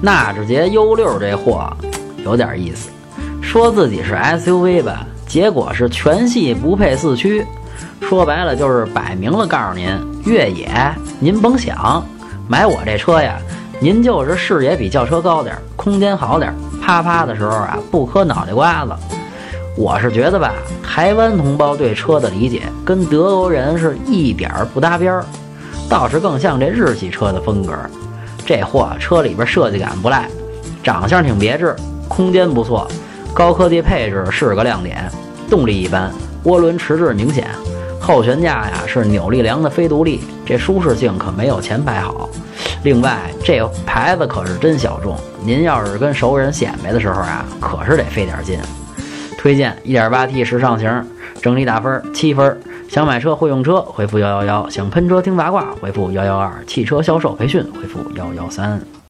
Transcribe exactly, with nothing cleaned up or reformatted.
纳智捷 U 六这货有点意思，说自己是 S U V 吧，结果是全系不配四驱，说白了就是摆明了告诉您，越野您甭想，买我这车呀，您就是视野比轿车高点，空间好点，啪啪的时候啊不磕脑袋瓜子。我是觉得吧，台湾同胞对车的理解跟德国人是一点不搭边儿，倒是更像这日系车的风格。这货车里边设计感不赖，长相挺别致，空间不错，高科技配置是个亮点，动力一般，涡轮迟滞明显，后悬架呀是扭力梁的非独立，这舒适性可没有前排好。另外这牌子可是真小众，您要是跟熟人显摆的时候啊，可是得费点劲。推荐 一点八 T 时尚型，整体打分七分。想买车会用车回复一一一，想喷车听八卦回复一一二，汽车销售培训回复一一三。